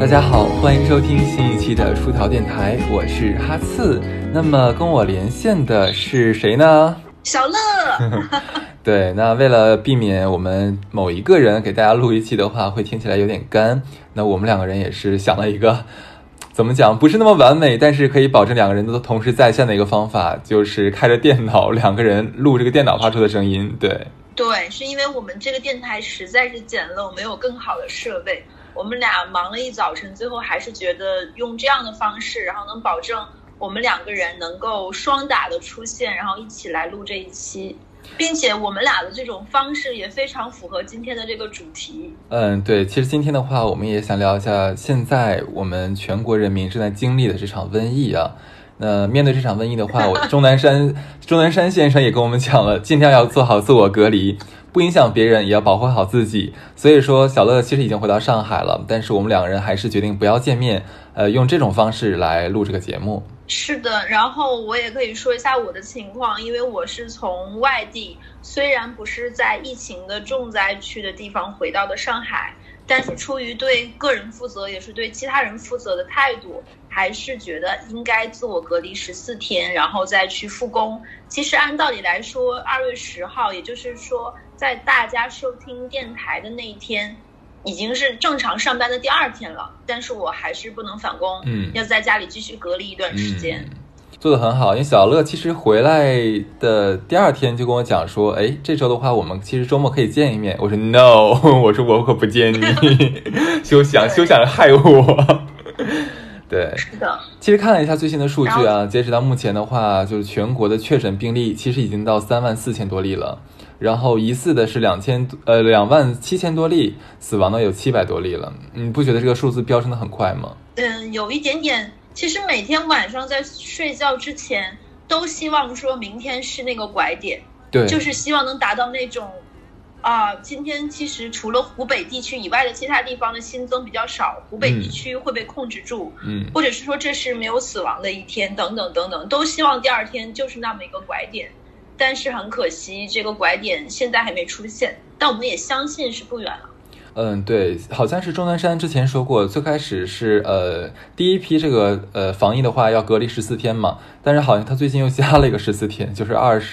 大家好，欢迎收听新一期的出逃电台，我是哈刺。那么跟我连线的是谁呢？ 小乐。 对，那为了避免我们某一个人给大家录一期的话会听起来有点干，那我们两个人也是想了一个怎么讲不是那么完美，但是可以保证两个人都同时在线的一个方法，就是开着电脑，两个人录这个电脑发出的声音。 对，是因为我们这个电台实在是简陋，没有更好的设备，我们俩忙了一早晨，最后还是觉得用这样的方式，然后能保证我们两个人能够双打的出现，然后一起来录这一期，并且我们俩的这种方式也非常符合今天的这个主题。 对，其实今天的话我们也想聊一下现在我们全国人民正在经历的这场瘟疫啊。那面对这场瘟疫的话，钟南山先生也跟我们讲了，尽量要做好自我隔离，不影响别人，也要保护好自己。所以说小乐其实已经回到上海了，但是我们两个人还是决定不要见面，用这种方式来录这个节目。 是的，然后我也可以说一下我的情况，因为我是从外地，虽然不是在疫情的重灾区的地方回到的上海，但是出于对个人负责也是对其他人负责的态度，还是觉得应该自我隔离14天，然后再去复工。其实按道理来说2月10号，也就是说在大家收听电台的那一天已经是正常上班的第2天了，但是我还是不能返工，要在家里继续隔离一段时间。 做得很好，因为小乐其实回来的第2天就跟我讲说，这周的话我们其实周末可以见一面。我说 no， 我说我可不见你，休想害我。对，是的。其实看了一下最新的数据啊，截止到目前的话，就是全国的确诊病例其实已经到34000多例了，然后疑似的是27000多例，死亡的有700多例了。你不觉得这个数字飙升的很快吗？ 有一点点。其实每天晚上在睡觉之前都希望说明天是那个拐点，对，就是希望能达到那种今天其实除了湖北地区以外的其他地方的新增比较少，湖北地区会被控制住，或者是说这是没有死亡的一天，等等等等，都希望第2天就是那么一个拐点。但是很可惜这个拐点现在还没出现，但我们也相信是不远了。 对，好像是钟南山之前说过，最开始是第一批这个防疫的话要隔离14天嘛，但是好像他最近又加了一个14天，就是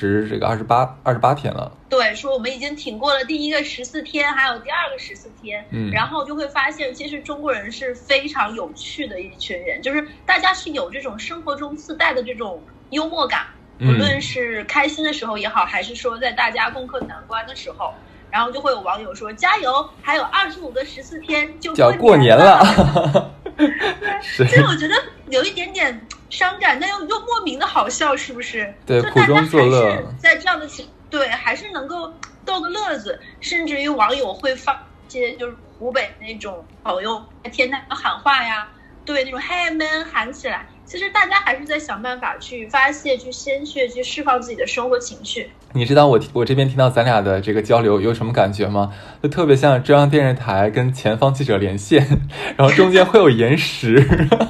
28天了。 对，说我们已经挺过了第一个14天，还有第2个14天，然后就会发现其实中国人是非常有趣的一群人，就是大家是有这种生活中自带的这种幽默感，不论是开心的时候也好，还是说在大家攻克难关的时候，然后就会有网友说加油，还有25个14天就要过年了。 其实我觉得有一点点伤感，但又莫名的好笑，是不是？ 对，苦中作乐， 在这样的对，还是能够逗个乐子，甚至于网友会发一些就是湖北那种朋友在天台喊话呀，对，那种嘿们喊起来。其实大家还是在想办法去发泄、去宣泄、去释放自己的生活情绪。 你知道我这边听到咱俩的这个交流有什么感觉吗？就特别像中央电视台跟前方记者连线，然后中间会有延时。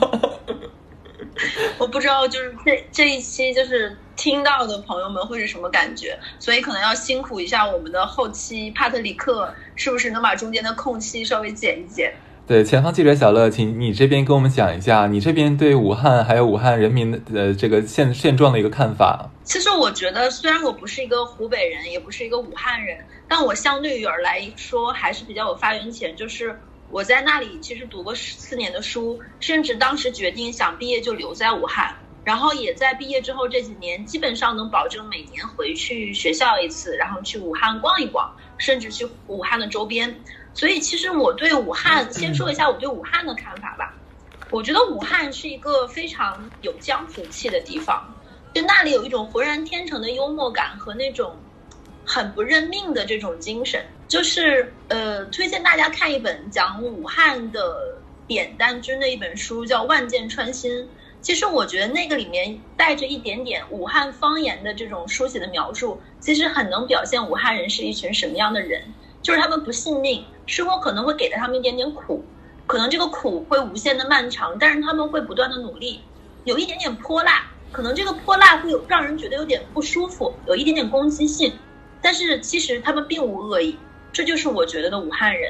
我不知道就是这一期就是听到的朋友们会是什么感觉，所以可能要辛苦一下我们的后期帕特里克，是不是能把中间的空隙稍微剪一剪？ 对，前方记者小乐，请你这边跟我们讲一下你这边对武汉还有武汉人民的这个现状的一个看法。 其实我觉得虽然我不是一个湖北人，也不是一个武汉人，但我相对于而来说还是比较有发言权，就是我在那里其实读过4年的书，甚至当时决定想毕业就留在武汉，然后也在毕业之后这几年基本上能保证每年回去学校一次，然后去武汉逛一逛，甚至去武汉的周边。所以其实我对武汉，先说一下我对武汉的看法吧。我觉得武汉是一个非常有江湖气的地方，就那里有一种浑然天成的幽默感和那种很不认命的这种精神。就是推荐大家看一本讲武汉的扁担军的一本书，叫《万箭穿心》。其实我觉得那个里面带着一点点武汉方言的这种书写的描述，其实很能表现武汉人是一群什么样的人。就是他们不信命，生活可能会给了他们一点点苦，可能这个苦会无限的漫长，但是他们会不断的努力，有一点点泼辣，可能这个泼辣会让人觉得有点不舒服，有一点点攻击性，但是其实他们并无恶意，这就是我觉得的武汉人。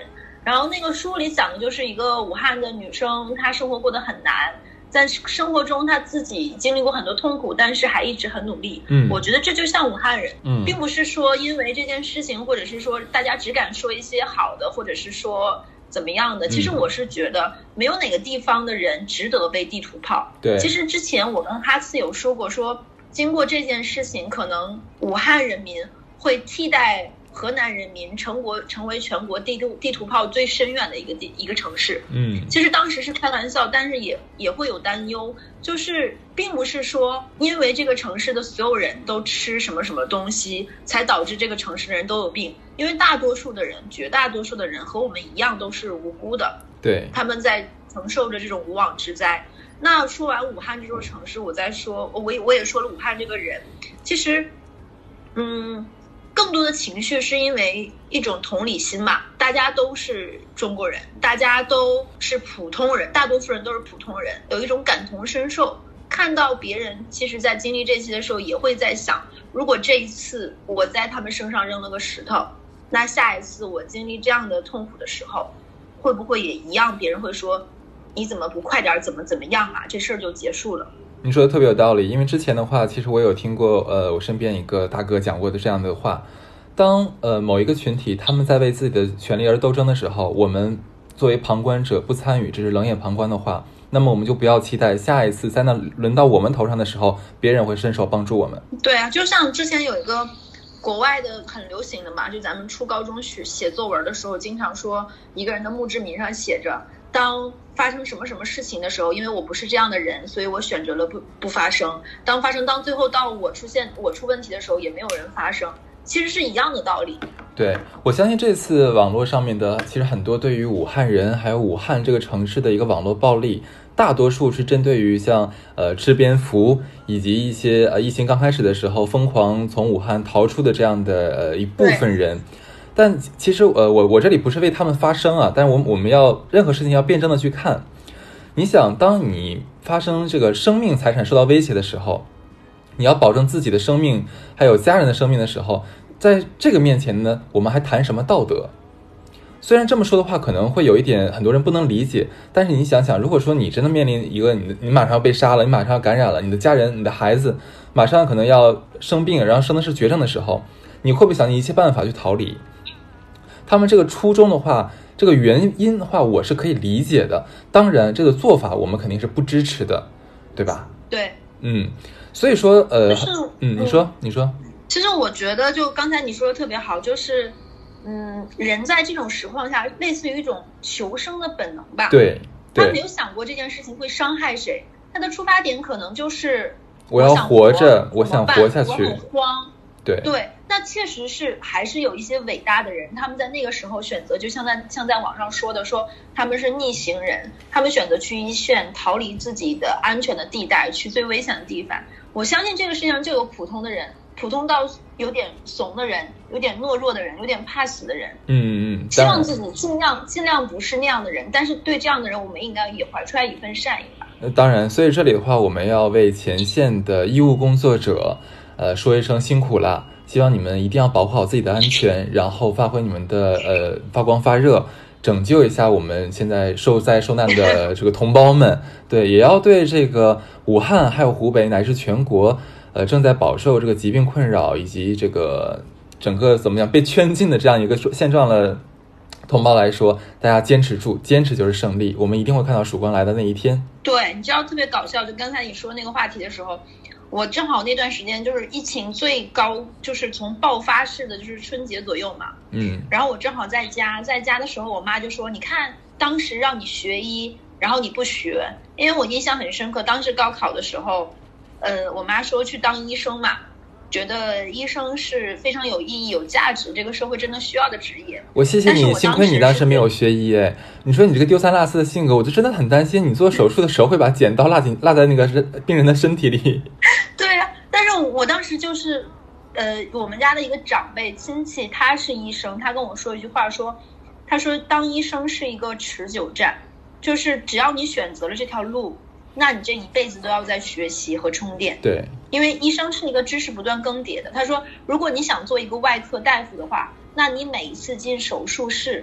然后那个书里讲的就是一个武汉的女生，她生活过得很难，在生活中她自己经历过很多痛苦，但是还一直很努力。我觉得这就像武汉人，并不是说因为这件事情，或者是说大家只敢说一些好的，或者是说怎么样的。其实我是觉得没有哪个地方的人值得被地图炮。 对， 其实之前我跟哈次有说过，说经过这件事情，可能武汉人民会替代河南人民成为全国地图炮最深远的一个城市。其实当时是开玩笑，但是也会有担忧，就是并不是说因为这个城市的所有人都吃什么什么东西才导致这个城市的人都有病，因为绝大多数的人和我们一样都是无辜的， 对， 他们在承受着这种无妄之灾。那说完武汉这座城市，我再说我也说了武汉这个人，其实更多的情绪是因为一种同理心嘛，大家都是中国人，大家都是普通人，大多数人都是普通人，有一种感同身受，看到别人其实在经历这些的时候也会在想，如果这一次我在他们身上扔了个石头，那下一次我经历这样的痛苦的时候，会不会也一样，别人会说你怎么不快点怎么样啊，这事儿就结束了。 你说的特别有道理，因为之前的话，其实我有听过，我身边一个大哥讲过的这样的话，当某一个群体他们在为自己的权利而斗争的时候，我们作为旁观者不参与，只是冷眼旁观的话，那么我们就不要期待下一次在那轮到我们头上的时候，别人会伸手帮助我们。 对啊，就像之前有一个国外的很流行的嘛，就咱们初高中写作文的时候，经常说一个人的墓志铭上写着，当发生什么什么事情的时候，因为我不是这样的人，所以我选择了不发生。当最后到我出问题的时候，也没有人发生，其实是一样的道理。 对，我相信这次网络上面的其实很多对于武汉人还有武汉这个城市的一个网络暴力，大多数是针对于像吃蝙蝠以及一些疫情刚开始的时候疯狂从武汉逃出的这样的一部分人。但其实我这里不是为他们发声啊，但是我们要任何事情要辩证的去看。你想，当你发生这个生命财产受到威胁的时候，你要保证自己的生命还有家人的生命的时候，在这个面前呢，我们还谈什么道德？虽然这么说的话可能会有一点很多人不能理解，但是你想想，如果说你真的面临一个你马上要被杀了，你马上要感染了，你的家人你的孩子马上可能要生病，然后生的是绝症的时候，你会不会想尽一切办法去逃离？他们这个初衷的话，这个原因的话，我是可以理解的。当然，这个做法我们肯定是不支持的，对吧？ 对， 所以说，你说。 其实我觉得，就刚才你说的特别好，就是，人在这种实况下，类似于一种求生的本能吧。 对， 他没有想过这件事情会伤害谁，他的出发点可能就是我要活着，我想活下去， 我很慌。 对， 那确实是还是有一些伟大的人，他们在那个时候选择，就像在网上说的，说他们是逆行人，他们选择去一线，逃离自己的安全的地带，去最危险的地方。我相信这个世界上就有普通的人，普通到有点怂的人，有点懦弱的人，有点怕死的人。希望自己尽量不是那样的人，但是对这样的人，我们应该也怀出来一份善意吧。 当然，所以这里的话，我们要为前线的医务工作者说一声辛苦了，希望你们一定要保护好自己的安全，然后发挥你们的发光发热，拯救一下我们现在受难的这个同胞们。对，也要对这个武汉还有湖北乃至全国正在饱受这个疾病困扰以及这个整个怎么样被圈禁的这样一个现状的同胞来说，大家坚持住，坚持就是胜利，我们一定会看到曙光来的那一天。 对，你知道特别搞笑，就刚才你说那个话题的时候，我正好那段时间就是疫情最高，就是从爆发式的就是春节左右嘛，然后我正好在家的时候，我妈就说，你看当时让你学医，然后你不学。因为我印象很深刻，当时高考的时候我妈说去当医生嘛，觉得医生是非常有意义有价值，这个社会真的需要的职业。 我谢谢你，幸亏你当时没有学医。你说你这个丢三落四的性格，我就真的很担心你做手术的时候会把剪刀落在那个病人的身体里。 对啊，但是我当时就是我们家的一个长辈亲戚，他是医生，他跟我说一句话，他说当医生是一个持久战，就是只要你选择了这条路，那你这一辈子都要在学习和充电。 对， 因为医生是一个知识不断更迭的。他说如果你想做一个外科大夫的话，那你每一次进手术室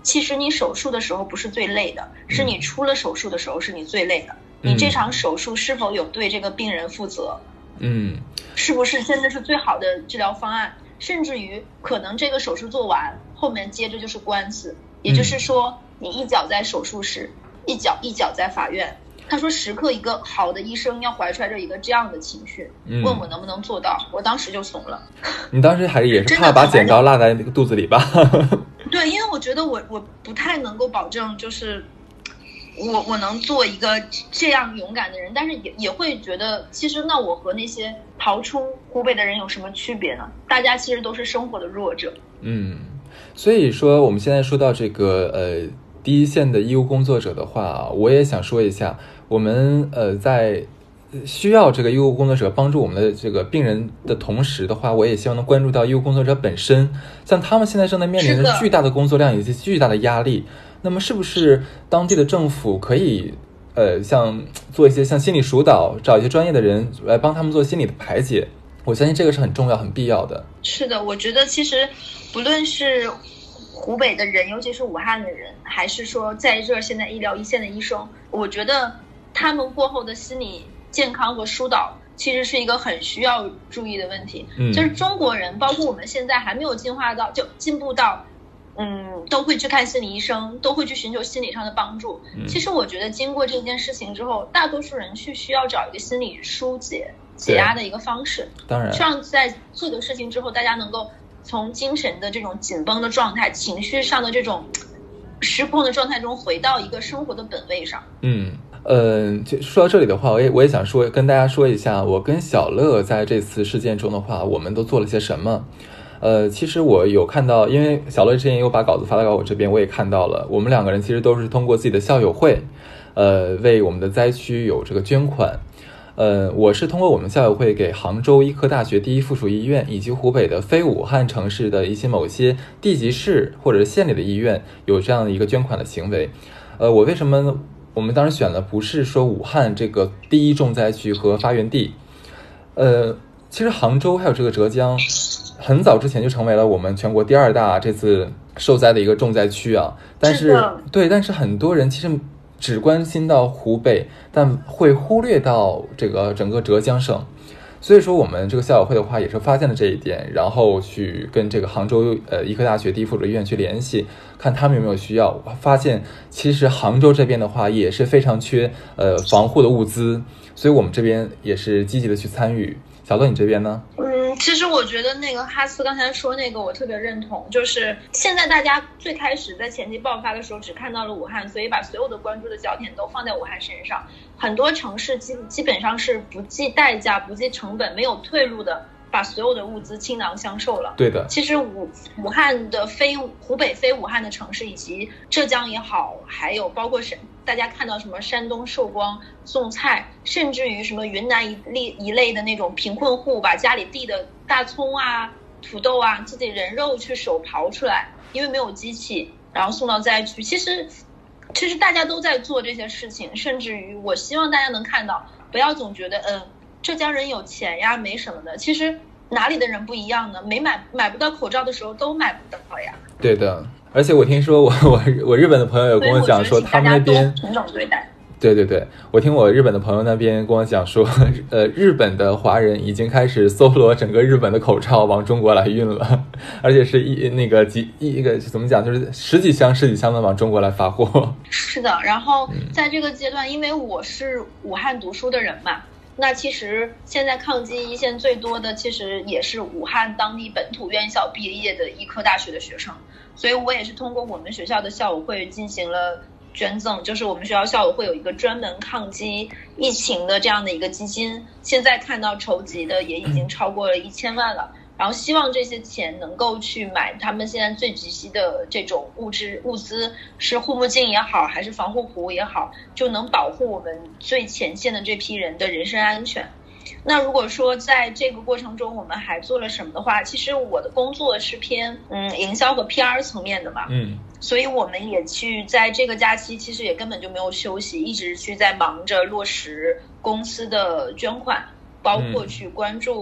其实你手术的时候不是最累的，是你出了手术的时候是你最累的。你这场手术是否有对这个病人负责？是不是真的是最好的治疗方案？甚至于可能这个手术做完，后面接着就是官司，也就是说你一脚在手术室，一脚在法院。他说时刻一个好的医生要怀揣着一个这样的情绪，问我能不能做到，我当时就怂了。 你当时还是也是怕把剪刀落在那个肚子里吧？ 对，因为我觉得我不太能够保证，就是我能做一个这样勇敢的人，但是也会觉得，其实那我和那些逃出湖北的人有什么区别呢？大家其实都是生活的弱者。 所以说我们现在说到这个第一线的医务工作者的话，我也想说一下，我们在需要这个医务工作者帮助我们的这个病人的同时的话，我也希望能关注到医务工作者本身，像他们现在正在面临着巨大的工作量以及巨大的压力，那么是不是当地的政府可以像做一些像心理疏导，找一些专业的人来帮他们做心理的排解？我相信这个是很重要很必要的。 是的，我觉得其实不论是湖北的人，尤其是武汉的人，还是说在这现在医疗一线的医生，我觉得他们过后的心理健康和疏导其实是一个很需要注意的问题。就是中国人包括我们现在还没有进步到都会去看心理医生，都会去寻求心理上的帮助。其实我觉得经过这件事情之后，大多数人需要找一个心理疏解解压的一个方式。 当然， 希望在这个事情之后，大家能够从精神的这种紧绷的状态，情绪上的这种失控的状态中回到一个生活的本位上。 就说到这里的话，我也想跟大家说一下，我跟小乐在这次事件中的话，我们都做了些什么。其实我有看到，因为小乐之前有把稿子发到我这边，我也看到了，我们两个人其实都是通过自己的校友会，为我们的灾区有这个捐款。我是通过我们校友会给杭州医科大学第一附属医院以及湖北的非武汉城市的某些地级市或者县里的医院有这样的一个捐款的行为。我为什么我们当时选了不是说武汉这个第一重灾区和发源地？其实杭州还有这个浙江很早之前就成为了我们全国第2大这次受灾的一个重灾区啊。但是很多人其实只关心到湖北，但会忽略到这个整个浙江省。所以说我们这个校友会的话也是发现了这一点，然后去跟这个杭州医科大学第一附属医院去联系，看他们有没有需要。发现其实杭州这边的话也是非常缺防护的物资，所以我们这边也是积极的去参与。小乐你这边呢？ 其实我觉得那个哈斯刚才说那个我特别认同，就是现在大家最开始在前期爆发的时候只看到了武汉，所以把所有的关注的焦点都放在武汉身上。很多城市基本上是不计代价不计成本没有退路的把所有的物资倾囊相授了。 对的， 其实武汉的湖北非武汉的城市以及浙江也好，还有包括大家看到什么山东寿光送菜，甚至于什么云南一类的那种贫困户把家里地的大葱啊土豆啊自己人肉去手刨出来，因为没有机器然后送到灾区。其实大家都在做这些事情，甚至于我希望大家能看到，不要总觉得浙江人有钱呀没什么的，其实哪里的人不一样呢？买不到口罩的时候都买不到呀。对的， 而且我听说我日本的朋友有跟我讲说，他们那边平等对待。 对，我听我日本的朋友那边跟我讲说，日本的华人已经开始搜罗整个日本的口罩往中国来运了，而且是一个怎么讲，就是十几箱的往中国来发货。 是的，然后在这个阶段，因为我是武汉读书的人嘛，那其实现在抗击一线最多的其实也是武汉当地本土院校毕业的医科大学的学生，所以我也是通过我们学校的校友会进行了捐赠，就是我们学校校友会有一个专门抗击疫情的这样的一个基金，现在看到筹集的也已经超过了1000万了，然后希望这些钱能够去买他们现在最急需的这种物资，是护目镜也好还是防护服也好，就能保护我们最前线的这批人的人身安全。那如果说在这个过程中我们还做了什么的话，其实我的工作是偏营销和 PR 层面的嘛，所以我们也去在这个假期其实也根本就没有休息，一直去在忙着落实公司的捐款，包括去关注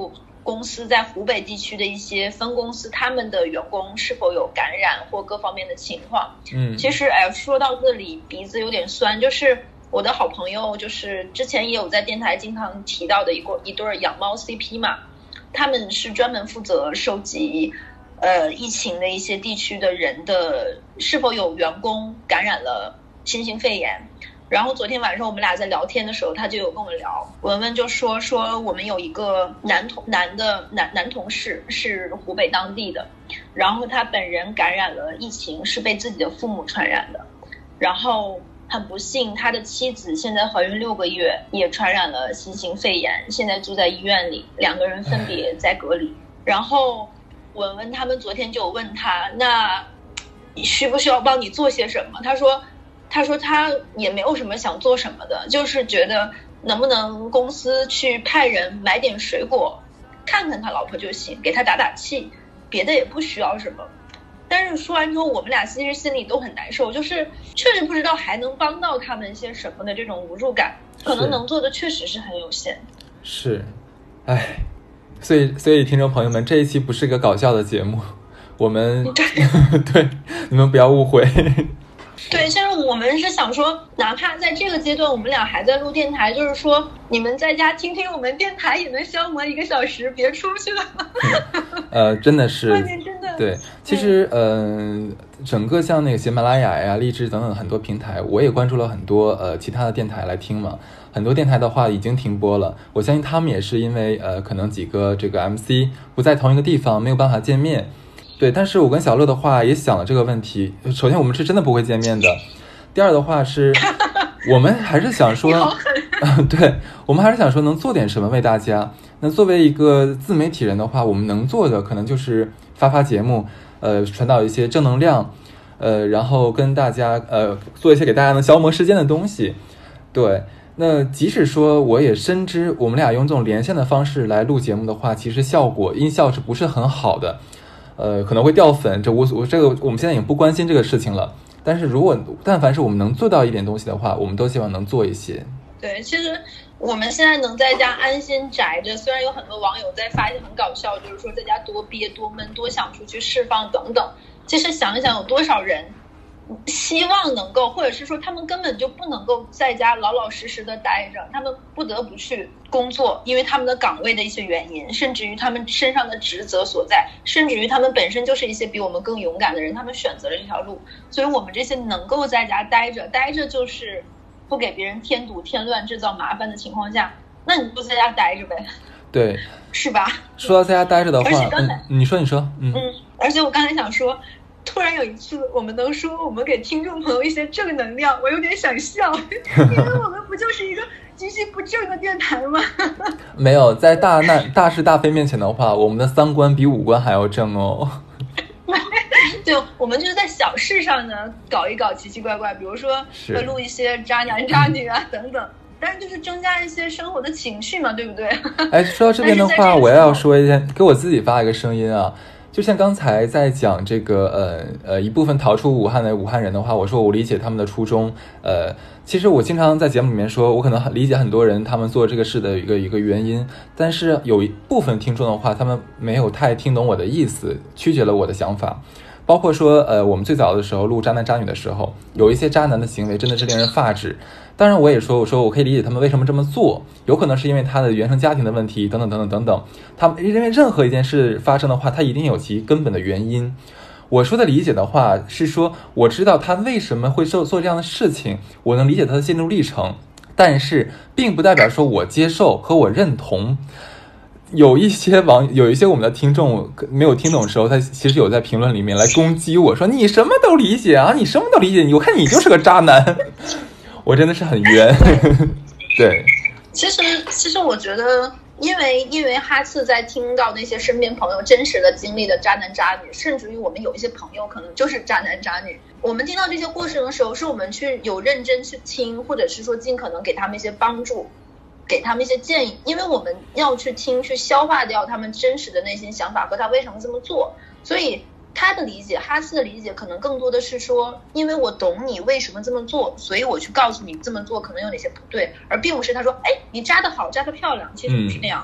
公司在湖北地区的一些分公司，他们的员工是否有感染或各方面的情况。其实说到这里鼻子有点酸，就是我的好朋友，就是之前也有在电台经常提到的一对养猫 CP 嘛，他们是专门负责收集疫情的一些地区的人的是否有员工感染了新型肺炎。然后昨天晚上我们俩在聊天的时候，他就有跟我聊，文文就说我们有一个男同事是湖北当地的，然后他本人感染了疫情，是被自己的父母传染的，然后很不幸他的妻子现在怀孕6个月也传染了新型肺炎，现在住在医院里，2个人分别在隔离。然后文文他们昨天就问他，那需不需要帮你做些什么？他说他也没有什么想做什么的，就是觉得能不能公司去派人买点水果看看他老婆就行，给他打打气，别的也不需要什么。但是说完之后我们俩其实心里都很难受，就是确实不知道还能帮到他们些什么的这种无助感，可能能做的确实是很有限。 是，哎，所以听众朋友们，这一期不是个搞笑的节目，我们对你们不要误会。 对，其实我们是想说，哪怕在这个阶段我们俩还在录电台，就是说你们在家听听我们电台也能消磨1个小时，别出去了。 真的是， 真的对。其实整个像那个喜马拉雅呀、荔枝等等很多平台，我也关注了很多其他的电台来听嘛。很多电台的话已经停播了，我相信他们也是因为可能几个这个 MC 不在同一个地方，没有办法见面。对，但是我跟小乐的话也想了这个问题。首先我们是真的不会见面的，第二的话是我们还是想说对，我们还是想说能做点什么为大家。那作为一个自媒体人的话，我们能做的可能就是发节目，传导一些正能量，然后跟大家做一些给大家能消磨时间的东西。对，那即使说我也深知我们俩用这种连线的方式来录节目的话，其实音效是不是很好的，可能会掉粉，这个我们现在已经不关心这个事情了。但是但凡是我们能做到一点东西的话，我们都希望能做一些。 对，其实我们现在能在家安心宅着，虽然有很多网友在发一些很搞笑，就是说在家多憋多闷，多想出去释放等等。其实想一想，有多少人希望能够，或者是说他们根本就不能够在家老老实实的待着，他们不得不去工作，因为他们的岗位的一些原因，甚至于他们身上的职责所在，甚至于他们本身就是一些比我们更勇敢的人，他们选择了这条路。所以我们这些能够在家待着就是不给别人添堵添乱制造麻烦的情况下，那你就在家待着呗。 对， 是吧？ 说到在家待着的话，你说而且我刚才想说，突然有一次我们能说我们给听众朋友一些正能量，我有点想笑，因为我们不就是一个极其不正的电台吗？ 没有，在大是大非面前的话，我们的3观比5观还要正哦。 对，我们就是在小事上呢搞一搞奇奇怪怪，比如说会录一些渣男渣女啊等等，但是就是增加一些生活的情绪嘛，对不对？哎， 说到这边的话，我要说一件，给我自己发一个声音啊。就像刚才在讲这个一部分逃出武汉的武汉人的话，我说我理解他们的初衷。其实我经常在节目里面说，我可能理解很多人他们做这个事的一个原因，但是有一部分听众的话，他们没有太听懂我的意思，曲解了我的想法。包括说我们最早的时候录渣男渣女的时候，有一些渣男的行为真的是令人发指。当然我也说我可以理解他们为什么这么做，有可能是因为他的原生家庭的问题等等等等等等。他们因为任何一件事发生的话，他一定有其根本的原因。我说的理解的话是说，我知道他为什么会做这样的事情，我能理解他的心路历程，但是并不代表说我接受和我认同。有一些我们的听众没有听懂的时候，他其实有在评论里面来攻击我说，你什么都理解啊，你什么都理解，我看你就是个渣男。我真的是很冤。对， 其实我觉得因为哈次在听到那些身边朋友真实的经历的渣男渣女，甚至于我们有一些朋友可能就是渣男渣女，我们听到这些故事的时候，是我们去有认真去听，或者是说尽可能给他们一些帮助，给他们一些建议，因为我们要去听，去消化掉他们真实的内心想法和他为什么这么做。所以他的理解，哈斯的理解可能更多的是说，因为我懂你为什么这么做，所以我去告诉你这么做可能有哪些不对，而并不是他说，哎，你扎得好，扎得漂亮，其实不是那样的。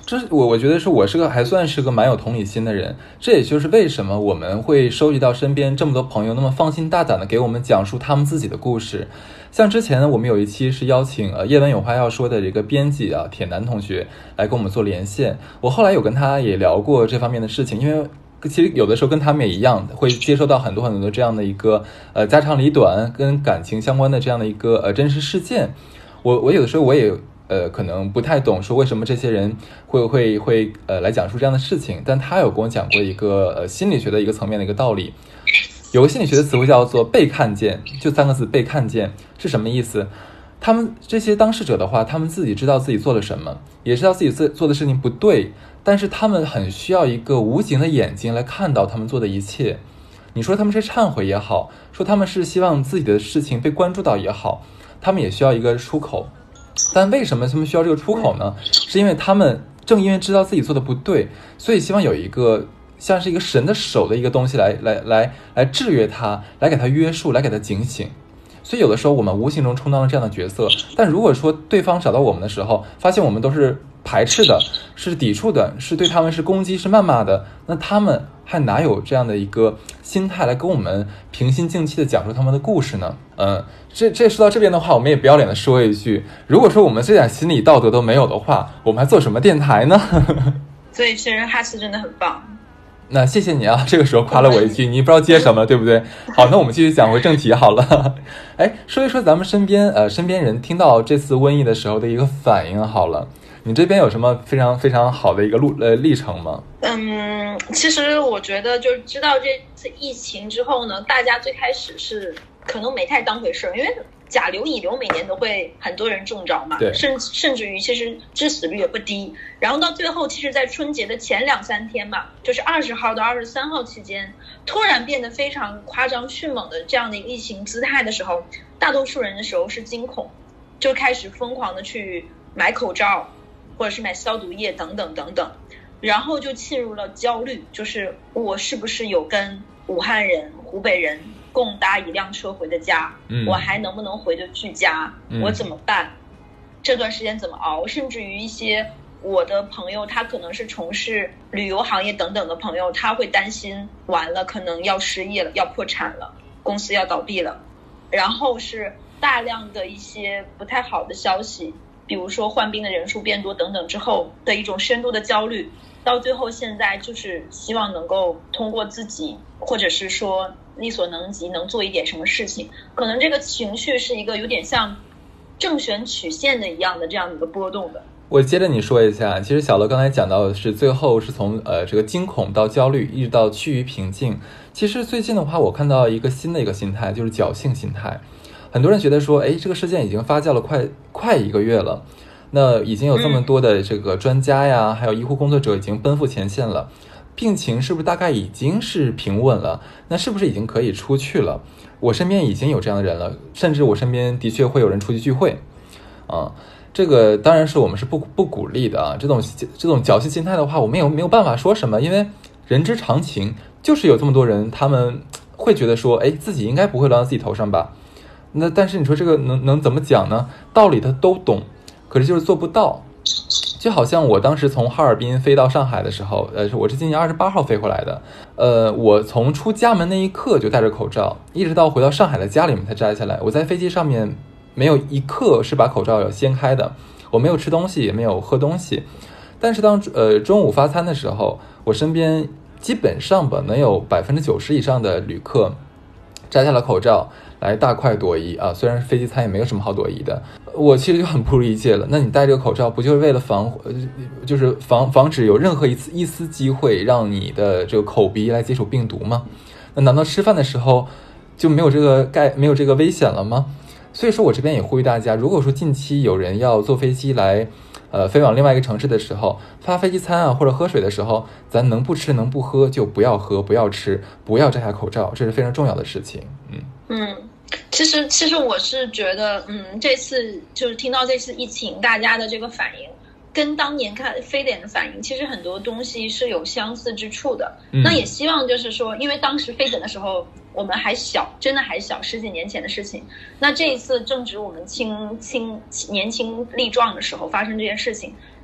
这是我觉得是我是个还算是个蛮有同理心的人，这也就是为什么我们会收集到身边这么多朋友那么放心大胆的给我们讲述他们自己的故事。像之前我们有一期是邀请叶文有话要说的这个编辑啊铁男同学来跟我们做连线，我后来有跟他也聊过这方面的事情，因为其实有的时候跟他们也一样，会接收到很多很多这样的一个家长里短跟感情相关的这样的一个真实事件。我有的时候我也可能不太懂说为什么这些人会来讲述这样的事情，但他有跟我讲过一个心理学的一个层面的一个道理。有个心理学的词汇叫做被看见，就3个字，被看见是什么意思？他们这些当事者的话，他们自己知道自己做了什么，也知道自己做的事情不对，但是他们很需要一个无形的眼睛来看到他们做的一切。你说他们是忏悔也好，说他们是希望自己的事情被关注到也好，他们也需要一个出口。但为什么他们需要这个出口呢？是因为他们正因为知道自己做的不对，所以希望有一个像是一个神的手的一个东西来制约他，来给他约束，来给他警醒。所以有的时候我们无形中充当了这样的角色，但如果说对方找到我们的时候，发现我们都是排斥的，是抵触的，是对他们是攻击，是谩骂的，那他们还哪有这样的一个心态来跟我们平心静气的讲述他们的故事呢？这说到这边的话，我们也不要脸的说一句，如果说我们这点心理道德都没有的话，我们还做什么电台呢？ 所以其实哈斯真的很棒。 那谢谢你啊，这个时候夸了我一句，你不知道接什么，对不对？好，那我们继续讲回正题好了。说一说咱们身边人听到这次瘟疫的时候的一个反应好了。你这边有什么非常非常好的一个历程吗？ 其实我觉得就知道这次疫情之后呢，大家最开始是可能没太当回事，因为甲流乙流每年都会很多人中招嘛，甚至于其实致死率也不低。然后到最后，其实在春节的前2-3天嘛，就是20号到23号期间，突然变得非常夸张迅猛的这样的一个疫情姿态的时候，大多数人的时候是惊恐，就开始疯狂的去买口罩，或者是买消毒液等等等等，然后就进入了焦虑，就是我是不是有跟武汉人、湖北人共搭一辆车回的家，我还能不能回得去家，我怎么办，这段时间怎么熬。甚至于一些我的朋友，他可能是从事旅游行业等等的朋友，他会担心完了可能要失业了，要破产了，公司要倒闭了。然后是大量的一些不太好的消息，比如说患病的人数变多等等之后的一种深度的焦虑，到最后现在就是希望能够通过自己，或者是说力所能及能做一点什么事情。可能这个情绪是一个有点像正弦曲线的一样的这样的一个波动的。 我接着你说一下，其实小乐刚才讲到的是最后是从这个惊恐到焦虑一直到趋于平静。其实最近的话，我看到一个新的一个心态，就是侥幸心态。很多人觉得说，这个事件已经发酵了快1个月了，那已经有这么多的这个专家呀，还有医护工作者已经奔赴前线了，病情是不是大概已经是平稳了？那是不是已经可以出去了？我身边已经有这样的人了，甚至我身边的确会有人出去聚会啊。这个当然是我们是不鼓励的啊。这种侥幸心态的话，我们也没有办法说什么，因为人之常情，就是有这么多人，他们会觉得说，自己应该不会落到自己头上吧。那但是你说这个能怎么讲呢？道理他都懂，可是就是做不到。就好像我当时从哈尔滨飞到上海的时候，我是今年28号飞回来的，我从出家门那一刻就戴着口罩，一直到回到上海的家里面才摘下来。我在飞机上面没有一刻是把口罩要掀开的，我没有吃东西，也没有喝东西。但是当中午发餐的时候，我身边基本上吧能有90%以上的旅客摘下了口罩来大快朵颐啊！虽然飞机餐也没有什么好朵颐的，我其实就很不理解了。那你戴这个口罩不就是为了防止有任何一丝机会让你的这个口鼻来接触病毒吗？那难道吃饭的时候就没有这个危险了吗？所以说我这边也呼吁大家，如果说近期有人要坐飞机来飞往另外一个城市的时候，发飞机餐啊或者喝水的时候，咱能不吃能不喝就不要喝，不要吃，不要摘下口罩，这是非常重要的事情。 其实我是觉得这次就是听到这次疫情大家的这个反应跟当年看非典的反应其实很多东西是有相似之处的。那也希望就是说，因为当时非典的时候我们还小，真的还小，10几年前的事情。那这一次正值我们年轻力壮的时候发生这件事情，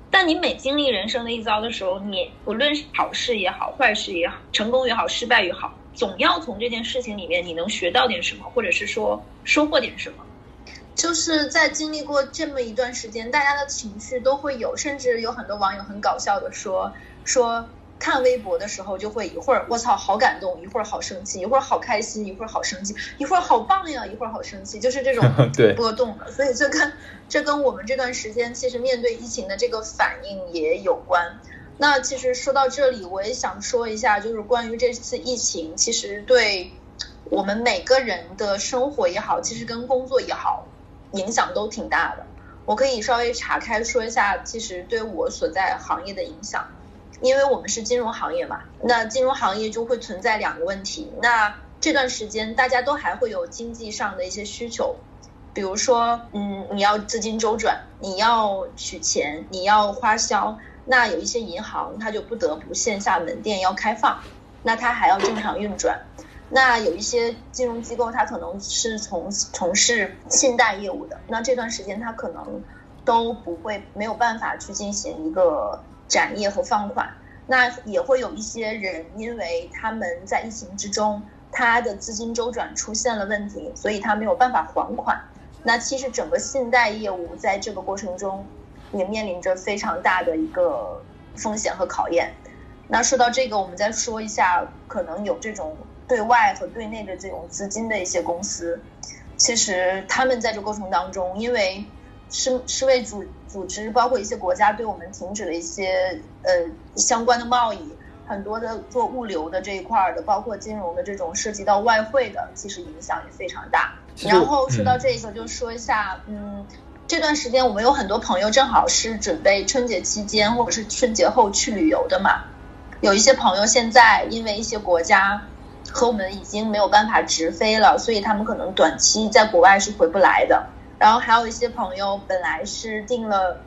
但你每经历人生的一遭的时候，你无论是好事也好，坏事也好，成功也好，失败也好，总要从这件事情里面你能学到点什么，或者是说收获点什么。 就是在经历过这么一段时间，大家的情绪都会有，甚至有很多网友很搞笑的说看微博的时候就会一会儿我操好感动，一会儿好生气，一会儿好开心，一会儿好生气，一会儿好棒呀，一会儿好生气，就是这种波动的。所以这跟我们这段时间其实面对疫情的这个反应也有关。那其实说到这里，我也想说一下，就是关于这次疫情，其实对我们每个人的生活也好，其实跟工作也好，影响都挺大的。我可以稍微岔开说一下，其实对我所在行业的影响。因为我们是金融行业嘛，那金融行业就会存在两个问题。那这段时间大家都还会有经济上的一些需求，比如说你要资金周转，你要取钱，你要花销，那有一些银行它就不得不线下门店要开放，那它还要正常运转。那有一些金融机构它可能是从事信贷业务的，那这段时间它可能都没有办法去进行一个展业和放款。那也会有一些人因为他们在疫情之中他的资金周转出现了问题，所以他没有办法还款。那其实整个信贷业务在这个过程中也面临着非常大的一个风险和考验。那说到这个，我们再说一下可能有这种对外和对内的这种资金的一些公司，其实他们在这个过程当中，因为世卫组织包括一些国家对我们停止了一些相关的贸易，很多的做物流的这一块的，包括金融的这种涉及到外汇的，其实影响也非常大。然后说到这个就说一下这段时间我们有很多朋友正好是准备春节期间或者是春节后去旅游的嘛，有一些朋友现在因为一些国家和我们已经没有办法直飞了，所以他们可能短期在国外是回不来的。然后还有一些朋友本来是定了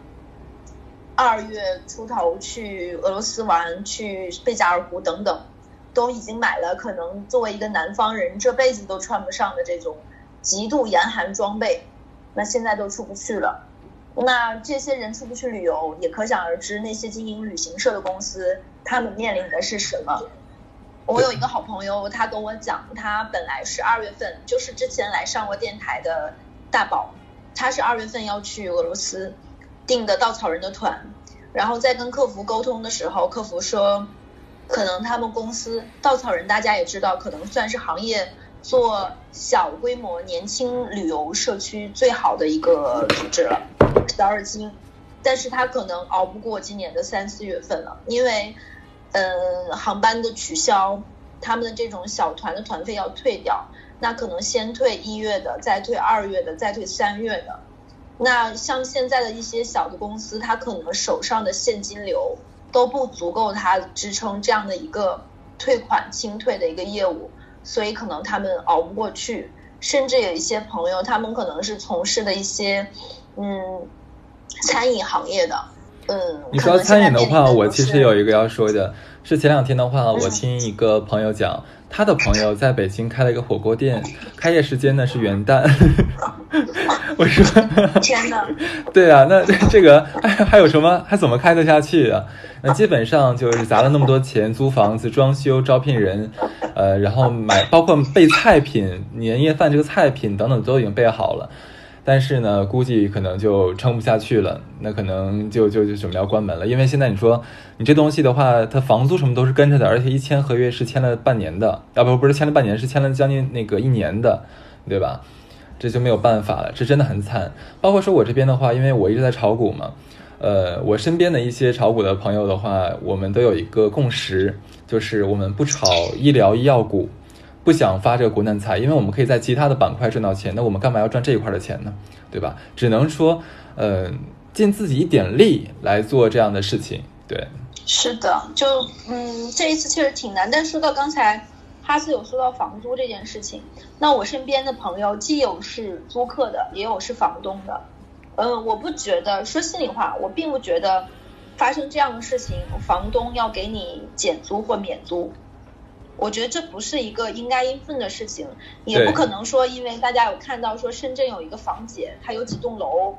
2月出头去俄罗斯玩，去贝加尔湖等等，都已经买了可能作为一个南方人这辈子都穿不上的这种极度严寒装备，那现在都出不去了。那这些人出不去旅游，也可想而知那些经营旅行社的公司他们面临的是什么。我有一个好朋友，他跟我讲，他本来是2月份，就是之前来上过电台的大宝，他是2月份要去俄罗斯订的稻草人的团，然后在跟客服沟通的时候，客服说可能他们公司稻草人大家也知道，可能算是行业做小规模年轻旅游社区最好的一个组织了，12金，但是他可能熬不过今年的3、4月份了，因为航班的取消，他们的这种小团的团费要退掉，那可能先退1月的，再退2月的，再退3月的。那像现在的一些小的公司，他可能手上的现金流都不足够他支撑这样的一个退款清退的一个业务，所以可能他们熬不过去。甚至有一些朋友他们可能是从事的一些餐饮行业的。 你说餐饮的话，我其实有一个要说的，是前2天的话，我听一个朋友讲，他的朋友在北京开了一个火锅店，开业时间呢是元旦。我说天哪， 对啊，那这个还有什么，还怎么开得下去啊？那基本上就是砸了那么多钱，租房子、装修、招聘人，然后包括备菜品、年夜饭这个菜品等等都已经备好了。但是呢，估计可能就撑不下去了，那可能就准备要关门了。因为现在你说你这东西的话，它房租什么都是跟着的，而且一签合约是签了半年的，不是签了半年，是签了将近那个1年的，对吧？这就没有办法了，这真的很惨。包括说我这边的话，因为我一直在炒股嘛，我身边的一些炒股的朋友的话，我们都有一个共识，就是我们不炒医药股。不想发这个国难财，因为我们可以在其他的板块赚到钱，那我们干嘛要赚这一块的钱呢？对吧？只能说尽自己一点力来做这样的事情。对， 是的，就这一次确实挺难。但说到刚才哈斯有说到房租这件事情，那我身边的朋友既有是租客的，也有是房东的。我不觉得，说心里话，我并不觉得发生这样的事情，房东要给你减租或免租。我觉得这不是一个应该应分的事情，也不可能说因为大家有看到说深圳有一个房姐，她有几栋楼，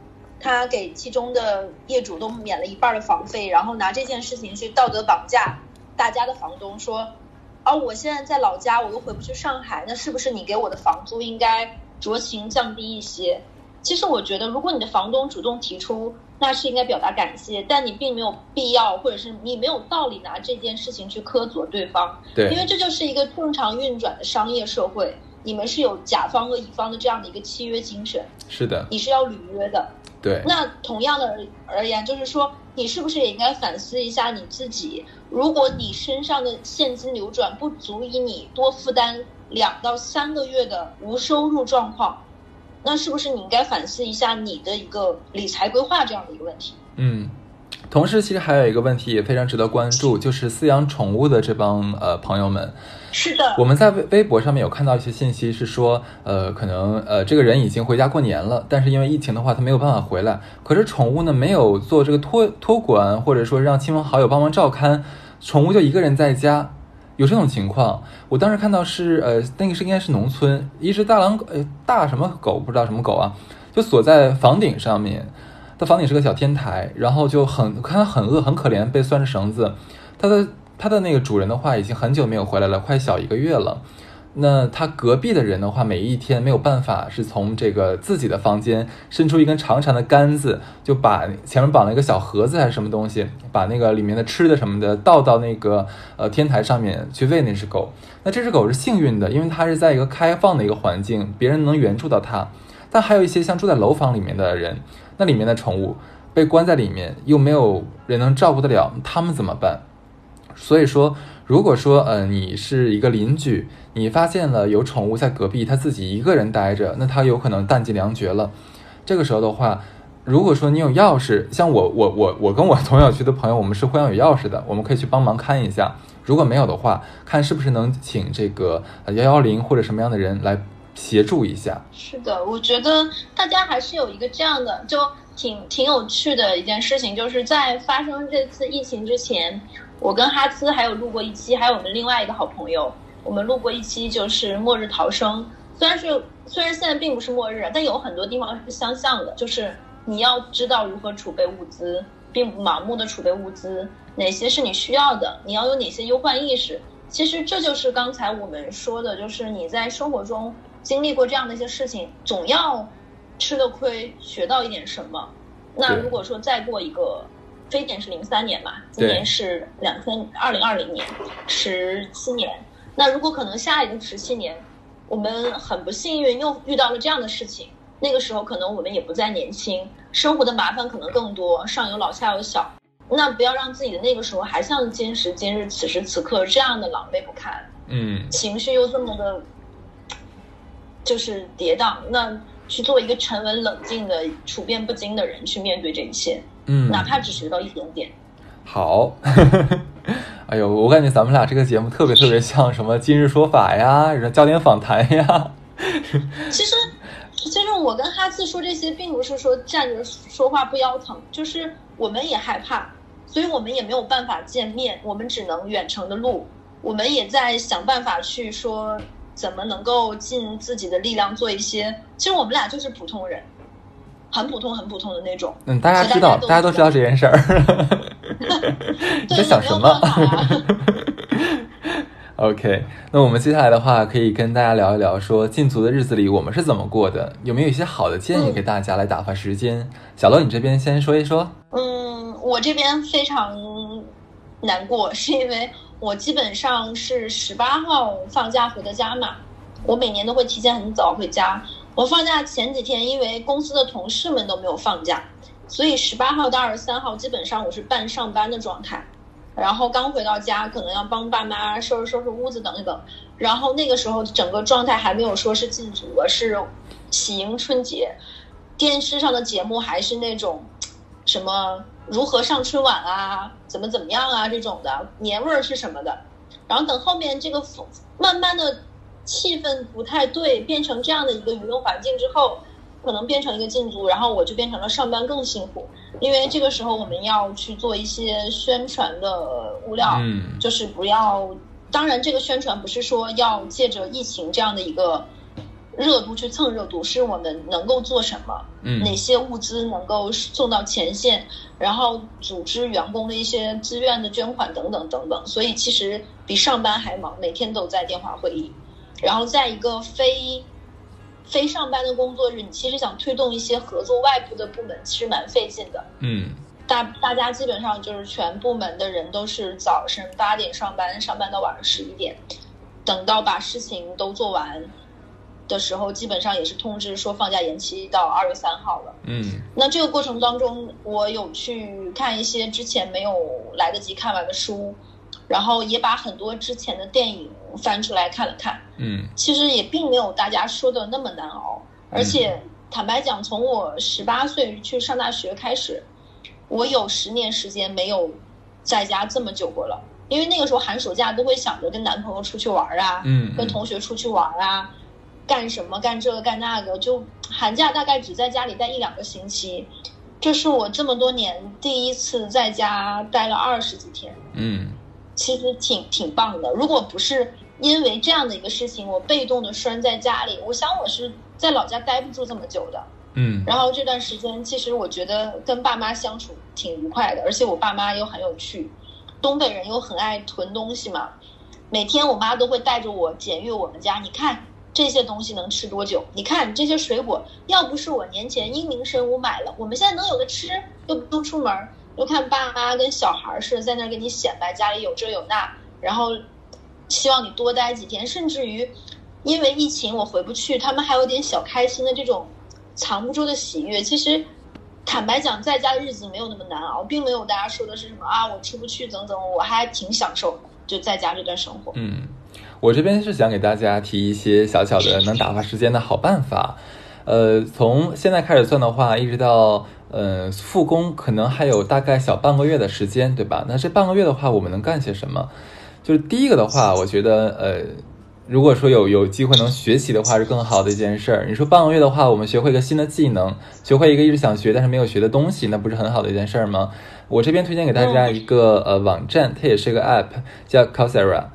他给其中的业主都免了一半的房费，然后拿这件事情去道德绑架大家的房东，说我现在在老家，我又回不去上海，那是不是你给我的房租应该酌情降低一些？其实我觉得，如果你的房东主动提出，那是应该表达感谢，但你并没有必要，或者是你没有道理拿这件事情去苛责对方。 对， 因为这就是一个正常运转的商业社会，你们是有甲方和乙方的这样的一个契约精神。 是的， 你是要履约的。 对， 那同样的而言，就是说你是不是也应该反思一下你自己？如果你身上的现金流转不足以你多负担2到3个月的无收入状况，那是不是你应该反思一下你的一个理财规划这样的一个问题？ 同时其实还有一个问题也非常值得关注，就是饲养宠物的这帮朋友们。 是的， 我们在微博上面有看到一些信息是说可能这个人已经回家过年了，但是因为疫情的话他没有办法回来，可是宠物呢没有做这个托管，或者说让亲朋好友帮忙照看，宠物就一个人在家，有这种情况。我当时看到是那个是应该是农村，一只大狼狗大什么狗不知道什么狗啊，就锁在房顶上面，它房顶是个小天台，然后就看它很饿很可怜，被拴着绳子。它的那个主人的话已经很久没有回来了，快小1个月了。那他隔壁的人的话，每一天没有办法是从这个自己的房间伸出一根长长的杆子，就把前面绑了一个小盒子还是什么东西，把那个里面的吃的什么的倒到那个天台上面去喂那只狗。那这只狗是幸运的，因为它是在一个开放的一个环境，别人能援助到它。但还有一些像住在楼房里面的人，那里面的宠物被关在里面，又没有人能照顾得了，他们怎么办？所以说如果说你是一个邻居，你发现了有宠物在隔壁，他自己一个人待着，那他有可能弹尽粮绝了。这个时候的话，如果说你有钥匙，像我跟我同小区的朋友，我们是互相有钥匙的，我们可以去帮忙看一下。如果没有的话，看是不是能请这个110或者什么样的人来协助一下。 是的，我觉得大家还是有一个这样的，就挺有趣的一件事情，就是在发生这次疫情之前，我跟哈兹还有录过一期，还有我们另外一个好朋友，我们录过一期就是末日逃生。虽然现在并不是末日，但有很多地方是相像的，就是你要知道如何储备物资，并不盲目的储备物资，哪些是你需要的，你要有哪些忧患意识。其实这就是刚才我们说的，就是你在生活中经历过这样的一些事情，总要吃了亏学到一点什么。那如果说再过一个，非典是03年嘛，今年是2020年，17年。那如果可能下一个17年，我们很不幸运又遇到了这样的事情，那个时候可能我们也不再年轻，生活的麻烦可能更多，上有老下有小。那不要让自己的那个时候还像今时今日此时此刻这样的狼狈不堪，情绪又这么的就是跌宕，那去做一个沉稳冷静的处变不惊的人去面对这一切，哪怕只学到一点点。好哎呦，我感觉咱们俩这个节目特别像什么今日说法呀，焦点访谈呀。 其实我跟哈兹说这些并不是说站着说话不腰疼，就是我们也害怕，所以我们也没有办法见面，我们只能远程的录，我们也在想办法去说怎么能够尽自己的力量做一些，其实我们俩就是普通人，很普通的那种。 大家都知道这件事儿。你在想什么？OK， 那我们接下来的话可以跟大家聊一聊说禁足的日子里我们是怎么过的，有没有一些好的建议给大家来打发时间？小乐你这边先说一说。 我这边非常难过，是因为我基本上是18号放假回的家嘛，我每年都会提前很早回家。我放假前几天因为公司的同事们都没有放假，所以18号到23号基本上我是半上班的状态，然后刚回到家可能要帮爸妈收拾屋子等一等，然后那个时候整个状态还没有说是禁足，而是喜迎春节，电视上的节目还是那种什么如何上春晚啊，怎么样啊，这种的年味儿是什么的。然后等后面这个慢慢的气氛不太对，变成这样的一个舆论环境之后，可能变成一个禁足，然后我就变成了上班更辛苦，因为这个时候我们要去做一些宣传的物料，就是不要，当然这个宣传不是说要借着疫情这样的一个热度去蹭热度，是我们能够做什么，哪些物资能够送到前线，然后组织员工的一些自愿的捐款等等等等。所以其实比上班还忙，每天都在电话会议。然后在一个非上班的工作日，你其实想推动一些合作外部的部门，其实蛮费劲的。大家基本上就是全部门的人都是早上8点上班到晚上11点，等到把事情都做完的时候，基本上也是通知说放假延期到2月3号了。那这个过程当中，我有去看一些之前没有来得及看完的书，然后也把很多之前的电影翻出来看了看。其实也并没有大家说的那么难熬，而且坦白讲，从我18岁去上大学开始，我有10年时间没有在家这么久过了。因为那个时候寒暑假都会想着跟男朋友出去玩啊，跟同学出去玩啊，干什么干这个干那个，就寒假大概只在家里待1-2个星期。这是我这么多年第一次在家待了20几天。其实挺棒的。如果不是因为这样的一个事情，我被动的拴在家里，我想我是在老家待不住这么久的。然后这段时间其实我觉得跟爸妈相处挺愉快的，而且我爸妈又很有趣，东北人又很爱囤东西嘛，每天我妈都会带着我检阅我们家，你看这些东西能吃多久，你看这些水果要不是我年前英明神武买了，我们现在能有的吃，又不用出门，又看爸妈跟小孩似的在那给你显摆家里有这有那，然后希望你多待几天，甚至于因为疫情我回不去，他们还有点小开心的这种藏不住的喜悦。其实坦白讲，在家的日子没有那么难熬，并没有大家说的是什么啊我出不去等等，我还挺享受的，就在家这段生活。 我这边是想给大家提一些小小的能打发时间的好办法。从现在开始算的话，一直到复工可能还有大概小半个月的时间，对吧？那这半个月的话，我们能干些什么？就是第一个的话，我觉得如果说有机会能学习的话，是更好的一件事儿。你说半个月的话，我们学会一个新的技能，学会一个一直想学但是没有学的东西，那不是很好的一件事儿吗？我这边推荐给大家一个网站，它也是个 app， 叫 Coursera，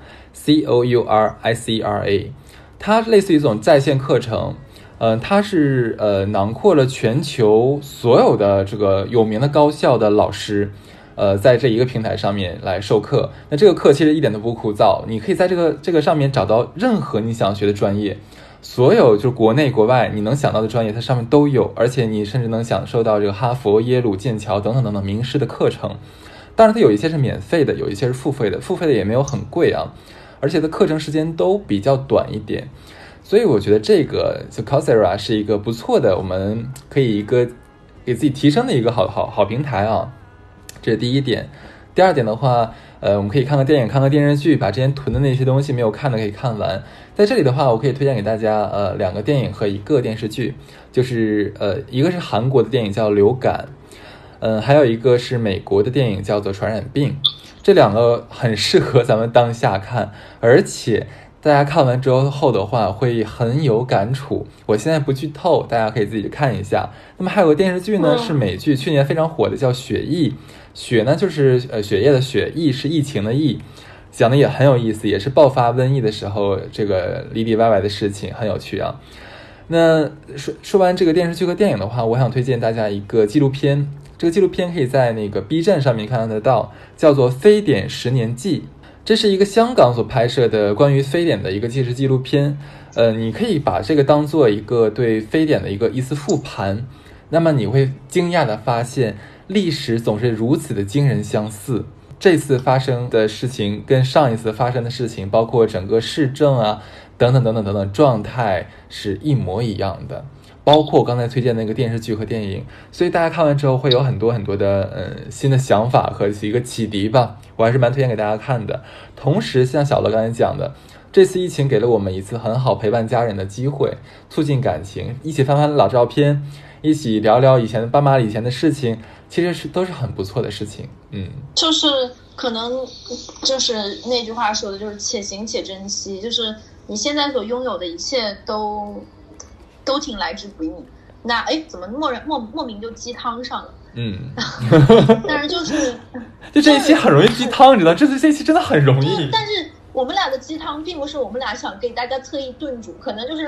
Couricera， 它类似于一种在线课程。它是囊括了全球所有的这个有名的高校的老师，在这一个平台上面来授课。那这个课其实一点都不枯燥，你可以在这个上面找到任何你想学的专业，所有就是国内国外你能想到的专业，它上面都有，而且你甚至能享受到这个哈佛、耶鲁、剑桥等等等等名师的课程。当然它有一些是免费的，有一些是付费的，付费的也没有很贵啊，而且它课程时间都比较短一点。所以我觉得这个就 Coursera 是一个不错的，我们可以一个给自己提升的一个好平台啊，这是第一点。第二点的话，我们可以看个电影，看个电视剧，把之前囤的那些东西没有看的可以看完。在这里的话，我可以推荐给大家2个电影和1个电视剧，就是一个是韩国的电影叫《流感》，还有一个是美国的电影叫做《传染病》。这2个很适合咱们当下看，而且大家看完之后的话会很有感触，我现在不剧透，大家可以自己看一下。那么还有个电视剧呢，是美剧，去年非常火的，叫《血疫》。血呢就是血液的血，疫是疫情的疫，讲的也很有意思，也是爆发瘟疫的时候这个里里外外的事情，很有趣啊。那说完这个电视剧和电影的话，我想推荐大家一个纪录片，这个纪录片可以在那个 B 站上面看得到，叫做《非典10年记》。这是一个香港所拍摄的关于非典的一个纪实纪录片，你可以把这个当做一个对非典的一次复盘，那么你会惊讶的发现，历史总是如此的惊人相似。这次发生的事情跟上一次发生的事情，包括整个市政啊等等等等等等状态是一模一样的，包括我刚才推荐那个电视剧和电影，所以大家看完之后会有很多很多的新的想法和一个启迪吧，我还是蛮推荐给大家看的。同时像小乐刚才讲的，这次疫情给了我们一次很好陪伴家人的机会，促进感情，一起翻翻老照片，一起聊聊以前爸妈以前的事情，其实都是很不错的事情。 就是可能就是那句话说的，就是且行且珍惜，就是你现在所拥有的一切都挺来之不易。那怎么莫名就鸡汤上了？但是就这一期很容易鸡汤，你知道，这一期真的很容易。 但是我们俩的鸡汤并不是我们俩想给大家特意炖煮，可能就是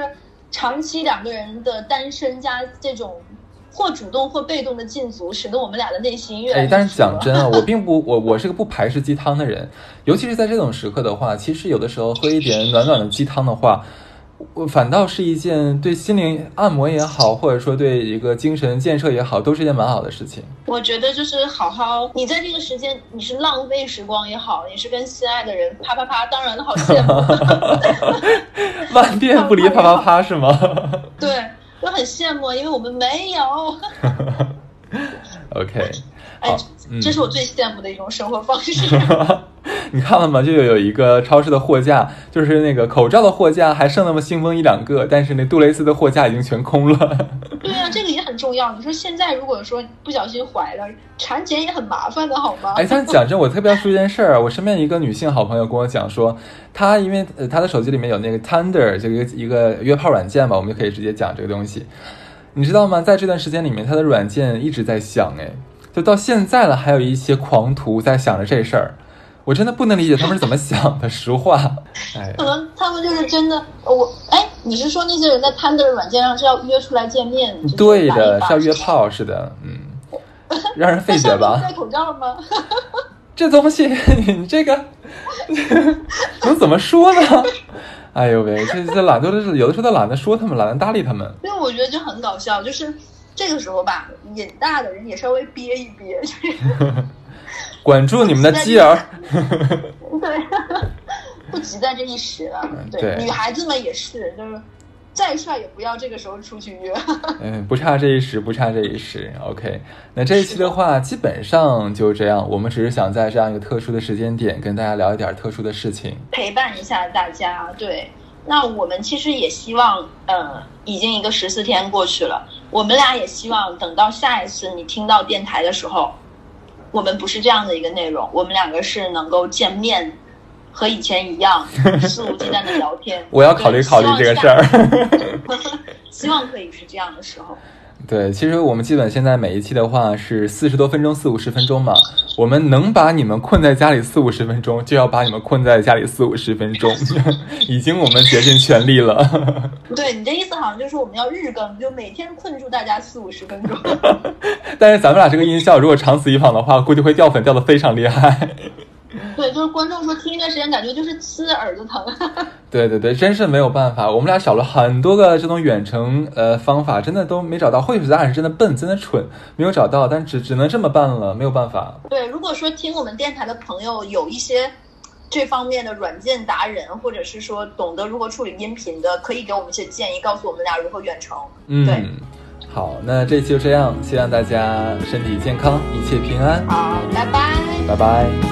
长期两个人的单身加这种或主动或被动的禁足，使得我们俩的内心越来越但是讲真啊，我是个不排斥鸡汤的人，尤其是在这种时刻的话，其实有的时候喝一点暖暖的鸡汤的话，反倒是一件对心灵按摩也好，或者说对一个精神建设也好，都是一件蛮好的事情。 我觉得就是好好，你在这个时间，你是浪费时光也好，你是跟心爱的人啪啪啪，当然了，好羡慕。 万变不离啪啪啪是吗？ 对，我很羡慕，因为我们没有。 OK， 哎，这是我最羡慕的一种生活方式。 你看了吗？就有一个超市的货架，就是那个口罩的货架还剩那么星风一两个，但是那杜蕾斯的货架已经全空了。 对啊，这个也很重要。你说现在如果说不小心怀了，产检也很麻烦的好吗？ 但讲真，我特别要说一件事儿，我身边一个女性好朋友跟我讲说，她因为她的手机里面有那个 Tinder 这个一个约炮软件吧，我们就可以直接讲这个东西。你知道吗？在这段时间里面，她的软件一直在响，就到现在了，还有一些狂徒在想着这事儿。我真的不能理解他们是怎么想的，实话。 可能他们就是真的，你是说那些人在Tinder软件上是要约出来见面？ 对的，是要约炮，是的，让人费解吧？ 戴口罩吗？ 这东西，你这个能怎么说呢？哎呦喂，这懒都是有的时候都懒得说他们，懒得搭理他们。 因为我觉得就很搞笑，就是这个时候吧，瘾大的人也稍微憋一憋。 管住你们的鸡儿。 对，不急在这一时了。对，女孩子们也是，就是再帅也不要这个时候出去约。 不差这一时，不差这一时。OK， 那这一期的话基本上就这样，我们只是想在这样一个特殊的时间点跟大家聊一点特殊的事情， 陪伴一下大家。对，那我们其实也希望，已经一个14天过去了，我们俩也希望等到下一次你听到电台的时候，我们不是这样的一个内容，我们两个是能够见面，和以前一样肆无忌惮的聊天。 我要考虑考虑这个事儿。 希望可以是这样的时候。 对，其实我们基本现在每一期的话是40多分钟，40-50分钟嘛。我们能把你们困在家里40-50分钟，就要把你们困在家里40-50分钟，已经我们竭尽全力了。 对，你这意思好像就是我们要日更，就每天困住大家40-50分钟。 但是咱们俩这个音效如果长此以往的话，估计会掉粉掉得非常厉害。 对，就是观众说听一段时间感觉就是呲耳朵疼。 对对对，真是没有办法，我们俩找了很多个这种远程方法，真的都没找到。或许咱俩是真的笨，真的蠢，没有找到，但只能这么办了，没有办法。 对，如果说听我们电台的朋友有一些这方面的软件达人，或者是说懂得如何处理音频的，可以给我们一些建议，告诉我们俩如何远程。对， 好，那这期就这样，希望大家身体健康，一切平安。 好，拜拜， 拜拜。